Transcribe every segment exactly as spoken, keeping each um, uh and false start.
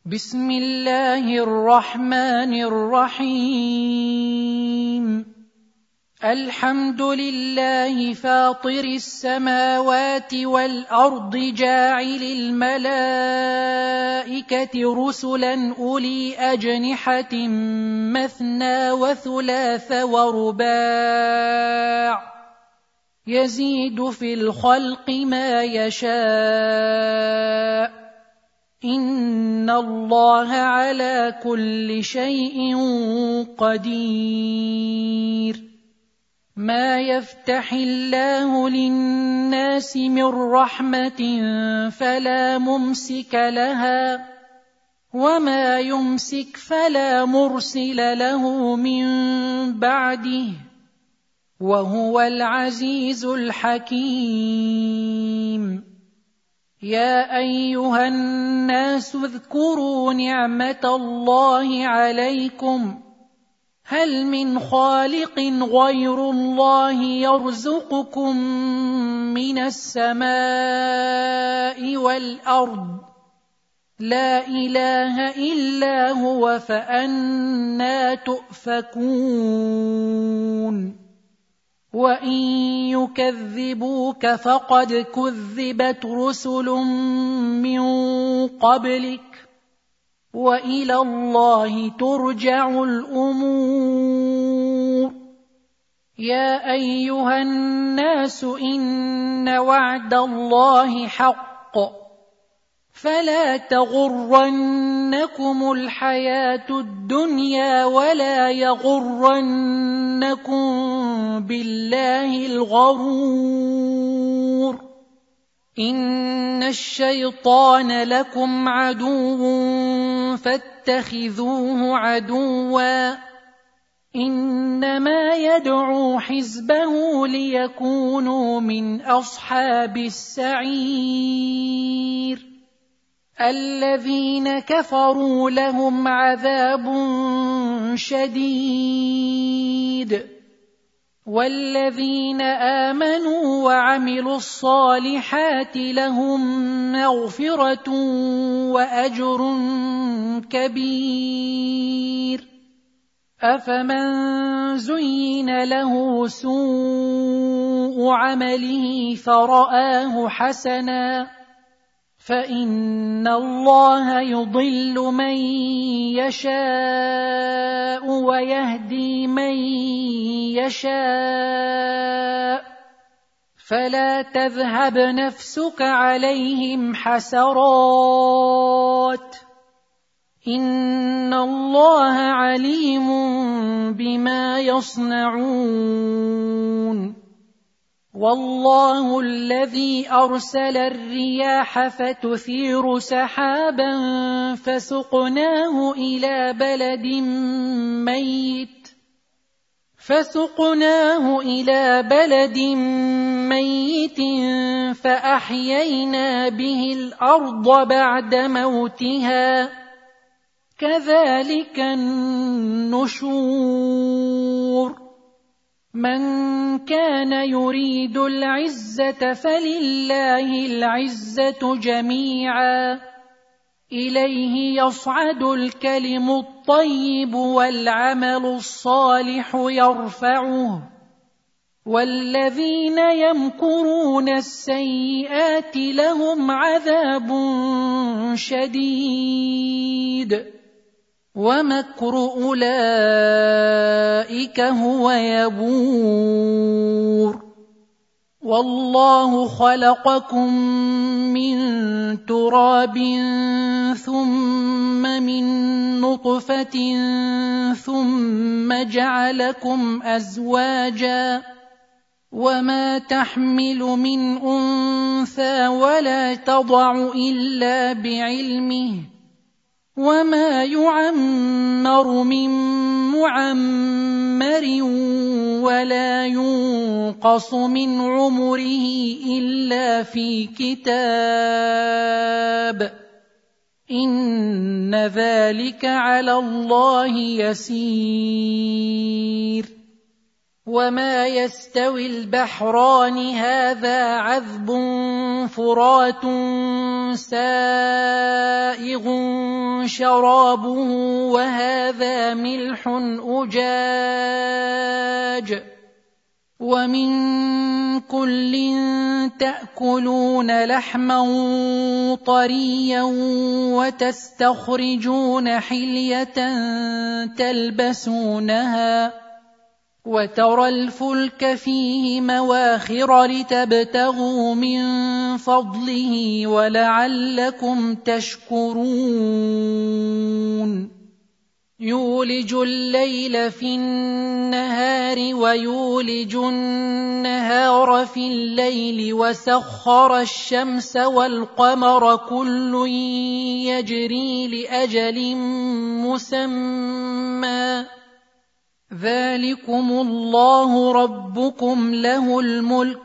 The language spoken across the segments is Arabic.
بسم الله الرحمن الرحيم الحمد لله فاطر السماوات والأرض جاعل الملائكة رسلا أولي أجنحة مثنى وثلاث ورباع يزيد في الخلق ما يشاء إن الله على كل شيء قدير ما يفتح الله للناس من رحمة فلا ممسك لها وما يمسك فلا مرسل له من بعده وهو العزيز الحكيم يا أيها الناس اذكروا نعمة الله عليكم هل من خالق غير الله يرزقكم من السماء والأرض لا إله إلا هو فأنى تؤفكون وإن يكذبوك فقد كذبت رسل من قبلك وإلى الله ترجع الأمور يا أيها الناس إن وعد الله حق فلا تغرنكم الحياة الدنيا ولا يغرنكم بالله الغرور إن الشيطان لكم عدو فاتخذوه عدوا إنما يدعو حزبه ليكونوا من أصحاب السعير الذين كفروا لهم عذاب شديد والذين آمنوا وعملوا الصالحات لهم مغفرة وأجر كبير أفمن زين له سوء عمله فرآه حسنا فإن الله يضل من يشاء ويهدي من يشاء فلا تذهب نفسك عليهم حسرات إن الله عليم بما يصنعون والله الذي أرسل الرياح فتثير سحابا فسقناه إلى بلد ميت فسقناه إلى بلد ميت فأحيينا به الأرض بعد موتها كذلك النشور من كان يريد العزة فلله العزة جميعا إليه يصعد الكلم الطيب والعمل الصالح يرفعه والذين يمكرون السيئات لهم عذاب شديد ومكر أولئك هو يبور والله خلقكم من تراب ثم من نطفة ثم جعلكم أزواجا وما تحمل من أنثى ولا تضع إلا بعلمه وما يعمر من معمر ولا ينقص من عمره إلا في كتاب إن ذلك على الله يسير وما يستوي البحران هذا عذب فرات سائغ شرابه وهذا ملح أجاج ومن كل تأكلون لحما طريا وتستخرجون حلية تلبسونها وترى الفلك فيه مواخر لتبتغوا من فضله ولعلكم تشكرون يولج الليل في النهار ويولج النهار في الليل وسخر الشمس والقمر كل يجري لأجل مسمى ذلكم الله ربكم له الملك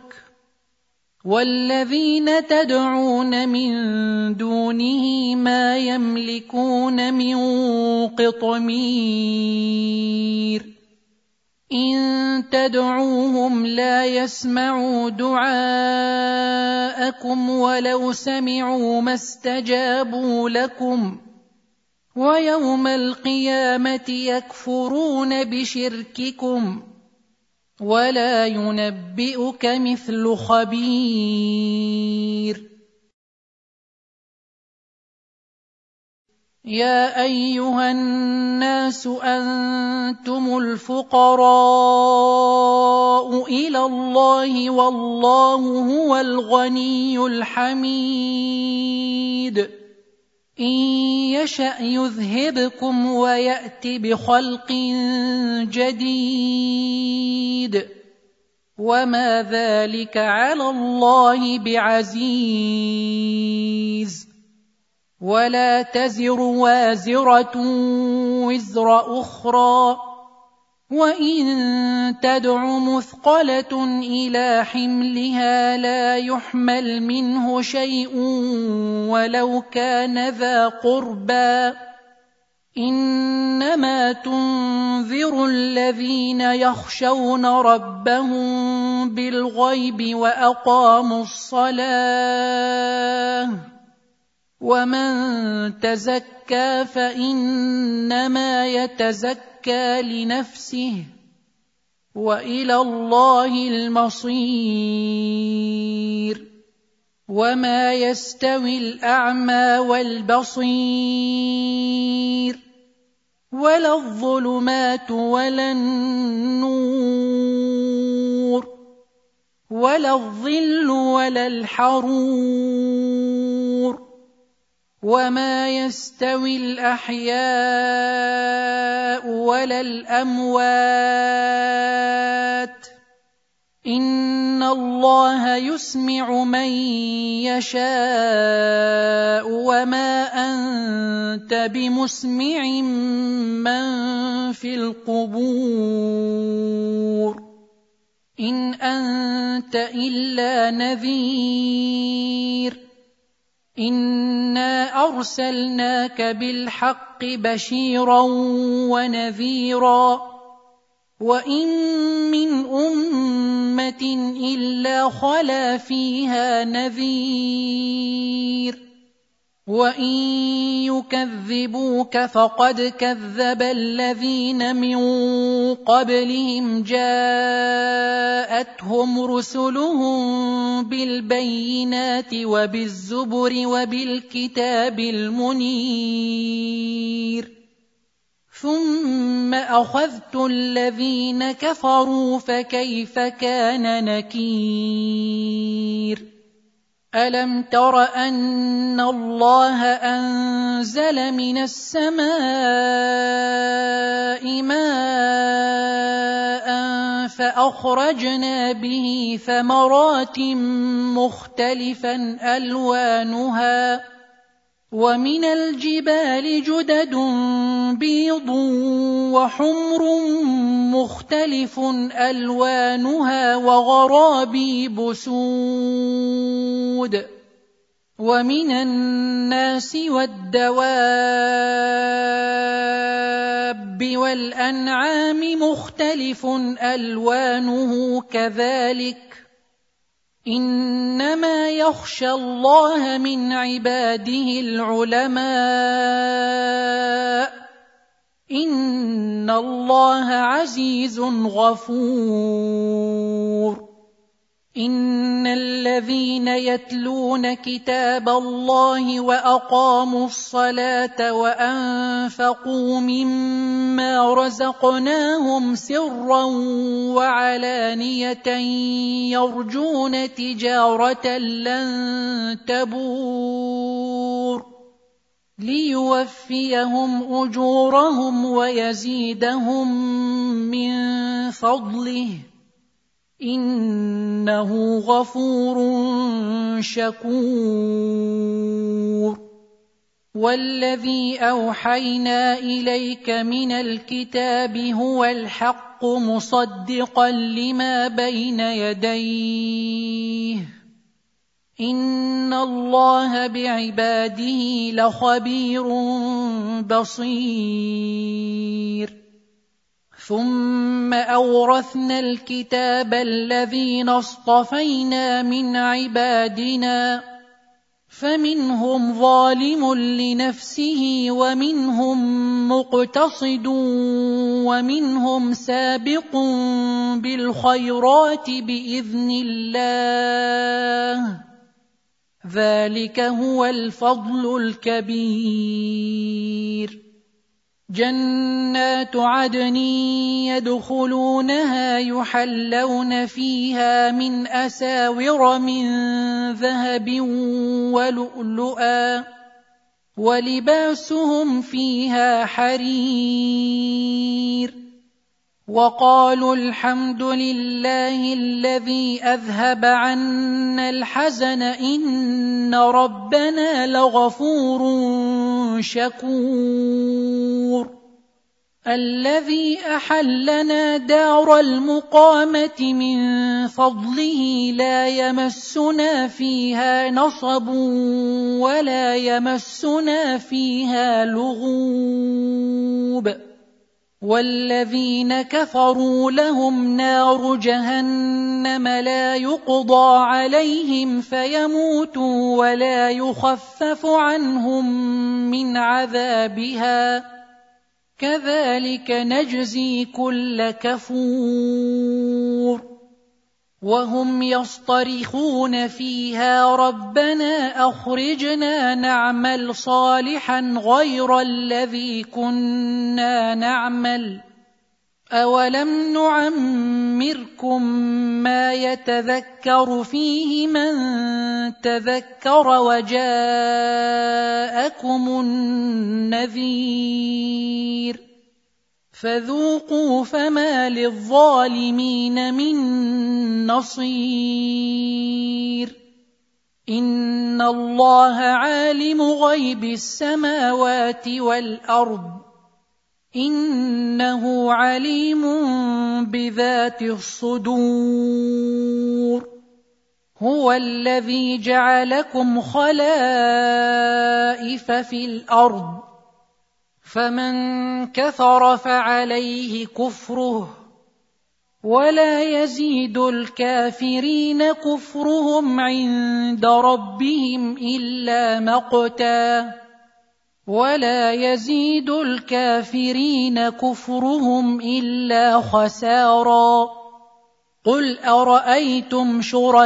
والذين تدعون من دونه ما يملكون من قطمير إن تدعوهم لا يسمعوا دعاءكم ولو سمعوا ما استجابوا لكم ويوم القيامة يكفرون بشرككم ولا ينبئك مثل خبير يا أيها الناس أنتم الفقراء إلى الله والله هو الغني الحميد إن يشأ يذهبكم ويأت بخلق جديد وما ذلك على الله بعزيز ولا تزر وازرة وزر أخرى وإن تدع مثقلة إلى حملها لا يحمل منه شيء ولو كان ذا قربى إنما تنذر الذين يخشون ربهم بالغيب وأقاموا الصلاة ومن تزكى فإنما يتزكى لنفسه وإلى الله المصير وما يستوي الأعمى والبصير ولا الظلمات ولا النور ولا الظل ولا الحرور وما يستوي الأحياء ولا الأموات إن الله يسمع من يشاء وما أنت بمسمع من في القبور إن أنت إلا نذير إنا أرسلناك بالحق بشيرا ونذيرا وإن من أمة إلا خلا فيها نذير وإن يكذبوك فقد كذب الذين من قبلهم جاءتهم رسلهم بالبينات وبالزبر وبالكتاب المنير ثم أخذت الذين كفروا فكيف كان نكير ألم تر أن الله أنزل من السماء ماء فأخرجنا به ثمرات مختلفا ألوانها ومن الجبال جدد بيض وحمر مختلف ألوانها وغرابيب سود ومن الناس والدواب والأنعام مختلف ألوانه كذلك إنما يخشى الله من عباده العلماء إن الله عزيز غفور إن الذين يتلون كتاب الله وأقاموا الصلاة وأنفقوا مما رزقناهم سرا وعلانية يرجون تجارة لن تبور ليوفيهم أجورهم ويزيدهم من فضله إنه غفور شكور والذي أوحينا إليك من الكتاب هو الحق مصدقا لما بين يديه إن الله بعباده لخبير بصير ثم أورثنا الكتاب الذين اصطفينا من عبادنا فمنهم ظالم لنفسه ومنهم مقتصد ومنهم سابق بالخيرات بإذن الله ذلك هو الفضل الكبير جنات عدن يدخلونها يحلون فيها من أساور من ذهب ولؤلؤا ولباسهم فيها حرير وقالوا الحمد لله الذي أذهب عنا الحزن إن ربنا لغفور شكور الذي أحلنا دار المقامة من فضله لا يمسنا فيها نصب ولا يمسنا فيها لغوب والذين كفروا لهم نار جهنم لا يقضى عليهم فيموتوا ولا يخفف عنهم من عذابها كذلك نجزي كل كفور وهم يصطرخون فيها ربنا أخرجنا نعمل صالحا غير الذي كنا نعمل أولم نعمركم ما يتذكر فيه من تذكر وجاءكم النذير فذوقوا فما للظالمين من نصير إن الله عالم غيب السماوات والأرض إنه عليم بذات الصدور هو الذي جعلكم خلائف في الأرض فمن كفر فعليه كفره ولا يزيد الكافرين كفرهم عند ربهم إلا مقتا ولا يزيد الكافرين كفرهم إلا خسارا قل أرأيتم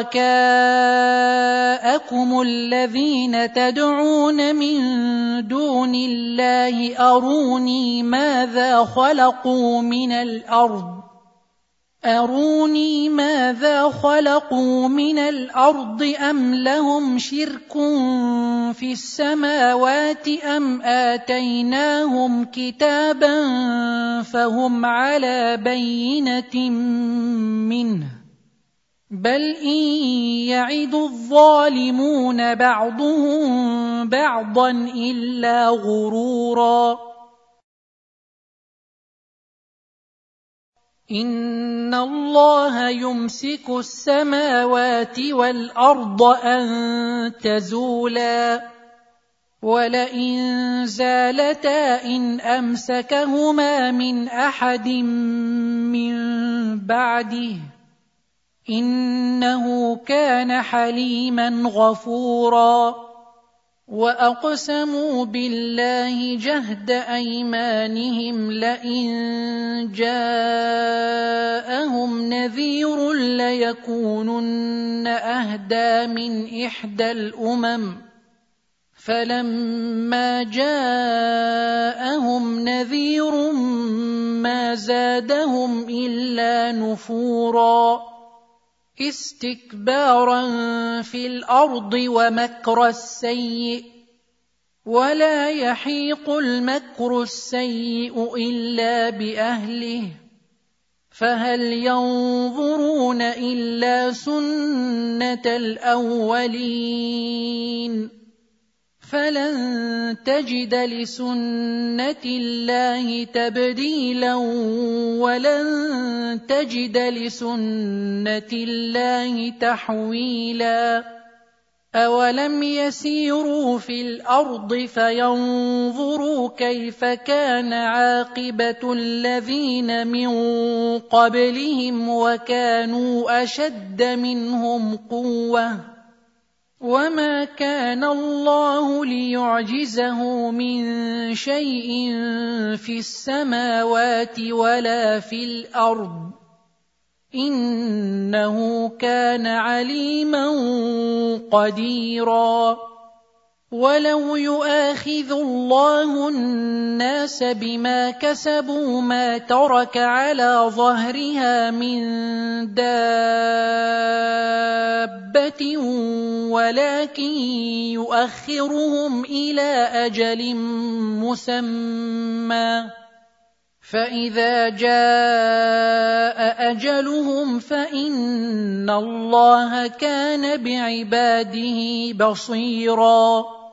شركاءكم الذين تدعون من دون الله أروني ماذا خلقوا من الأرض أروني ماذا خلقوا من الأرض أم لهم شرك في السماوات أم آتيناهم كتابا فهم على بينة منه بل إن يعد الظالمون بعضهم بعضا إلا غرورا إن الله يمسك السماوات والأرض أن تزولا ولئن زالتا إن أمسكهما من أحد من بعده إنه كان حليما غفورا. وأقسموا بالله جهد أيمانهم لئن جاءهم نذير ليكونن أهدى من إحدى الأمم فلما جاءهم نذير ما زادهم إلا نفورا استكبارا في الأرض ومكر السيء ولا يحيق المكر السيء إلا بأهله فهل ينظرون إلا سنة الأولين فلن تجد لسنة الله تبديلا ولن تجد لسنة الله تحويلا أولم يسيروا في الأرض فينظروا كيف كان عاقبة الذين من قبلهم وكانوا أشد منهم قوة وما كان الله ليعجزه من شيء في السماوات ولا في الأرض إنه كان عليما قديرا. ولو يؤاخذ الله الناس بما كسبوا ما ترك على ظهرها من دابة ولكن يؤخرهم إلى أجل مسمى فإذا جاء أجلهم فإن الله كان بعباده بصيرا.